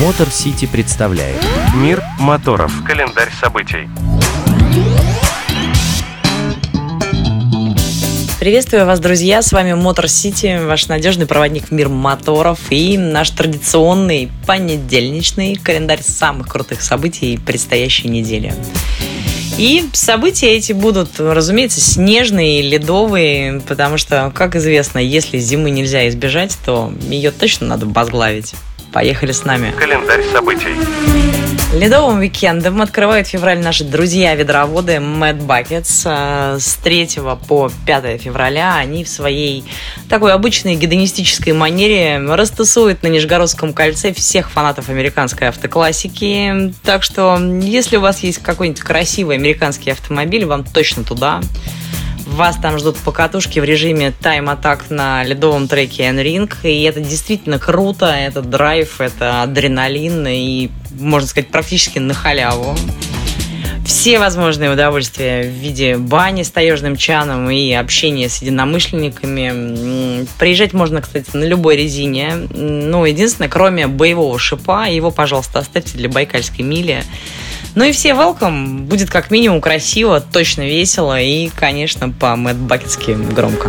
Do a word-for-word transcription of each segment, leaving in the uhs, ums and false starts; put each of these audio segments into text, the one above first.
Мотор Сити представляет Мир моторов. Календарь событий. Приветствую вас, друзья! С вами Мотор Сити, ваш надежный проводник в мир моторов и наш традиционный понедельничный календарь самых крутых событий предстоящей недели. И события эти будут, разумеется, снежные, ледовые, потому что, как известно, если зимы нельзя избежать, то ее точно надо возглавить. Поехали с нами. Календарь событий. Ледовым уикендом открывают февраль наши друзья-ведроводы Mad Buckets. С третьего по пятое февраля они в своей такой обычной гедонистической манере растусуют на Нижегородском кольце всех фанатов американской автоклассики. Так что, если у вас есть какой-нибудь красивый американский автомобиль, вам точно туда. Вас там ждут покатушки в режиме тайм-атак на ледовом треке N-Ring. И это действительно круто, это драйв, это адреналин и, можно сказать, практически на халяву. Все возможные удовольствия в виде бани с таежным чаном и общения с единомышленниками. Приезжать можно, кстати, на любой резине. Ну, единственное, кроме боевого шипа, его, пожалуйста, оставьте для байкальской мили. Ну и все welcome. Будет как минимум красиво, точно весело и, конечно, по-мэдбакетски громко.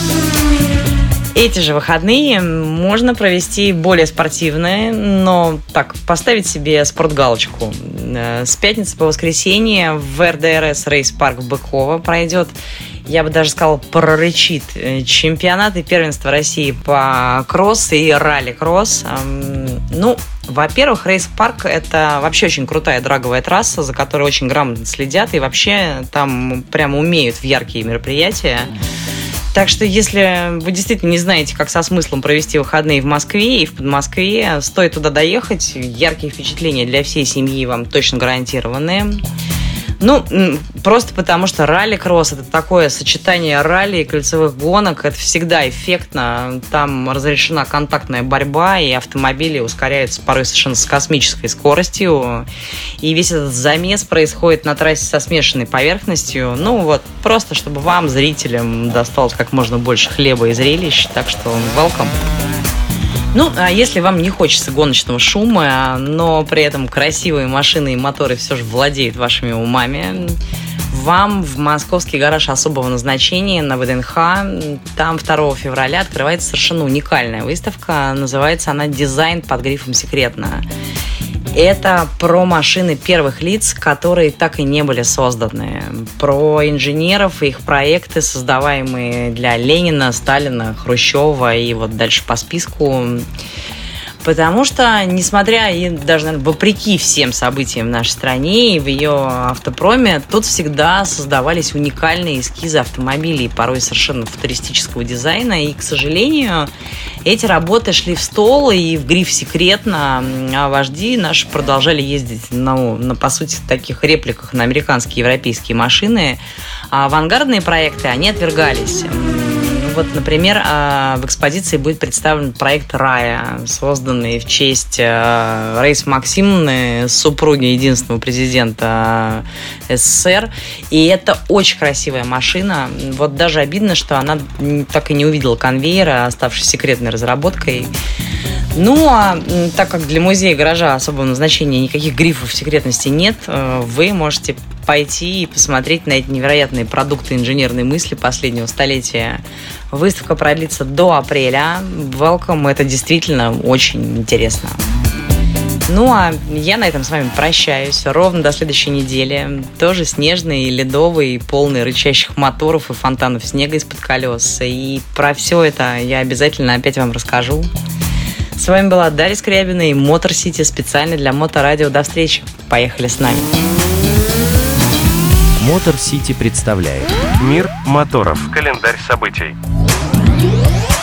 Эти же выходные можно провести более спортивные, но так, поставить себе спортгалочку. С пятницы по воскресенье в эр дэ эр эс рейс-парк в Быково пройдет, я бы даже сказала, прорычит чемпионат и первенство России по кросс и ралли-кросс. Ну, во-первых, рейс-парк – это вообще очень крутая драговая трасса, за которой очень грамотно следят, и вообще там прямо умеют в яркие мероприятия. Так что, если вы действительно не знаете, как со смыслом провести выходные в Москве и в Подмоскве, стоит туда доехать. Яркие впечатления для всей семьи вам точно гарантированы. Ну, просто потому что ралли-кросс – это такое сочетание ралли и кольцевых гонок. Это всегда эффектно. Там разрешена контактная борьба, и автомобили ускоряются порой совершенно с космической скоростью. И весь этот замес происходит на трассе со смешанной поверхностью. Ну, вот, просто чтобы вам, зрителям, досталось как можно больше хлеба и зрелищ. Так что welcome. Ну, а если вам не хочется гоночного шума, но при этом красивые машины и моторы все же владеют вашими умами, вам в московский гараж особого назначения на вэ дэ эн ха, там второго февраля открывается совершенно уникальная выставка. Называется она «Дизайн под грифом «Секретно». Это про машины первых лиц, которые так и не были созданы. Про инженеров и их проекты, создаваемые для Ленина, Сталина, Хрущева и вот дальше по списку. Потому что, несмотря и даже, наверное, вопреки всем событиям в нашей стране и в ее автопроме, тут всегда создавались уникальные эскизы автомобилей, порой совершенно футуристического дизайна. И, к сожалению, эти работы шли в стол и в гриф «Секретно», а вожди наши продолжали ездить на, на, по сути, таких репликах на американские и европейские машины. А авангардные проекты, они отвергались. Вот, например, в экспозиции будет представлен проект «Рая», созданный в честь Раисы Максимовны, супруги единственного президента эс эс эс эр. И это очень красивая машина. Вот даже обидно, что она так и не увидела конвейера, оставшись секретной разработкой. Ну, а так как для музея гаража особого назначения никаких грифов секретности нет, вы можете пойти и посмотреть на эти невероятные продукты инженерной мысли последнего столетия. Выставка продлится до апреля. Welcome, это действительно очень интересно. Ну, а я на этом с вами прощаюсь. Ровно до следующей недели. Тоже снежный, ледовый, полный рычащих моторов и фонтанов снега из-под колес. И про все это я обязательно опять вам расскажу. С вами была Дарья Скрябина и Мотор Сити специально для Моторадио. До встречи. Поехали с нами. Мотор Сити представляет Мир моторов. Календарь событий.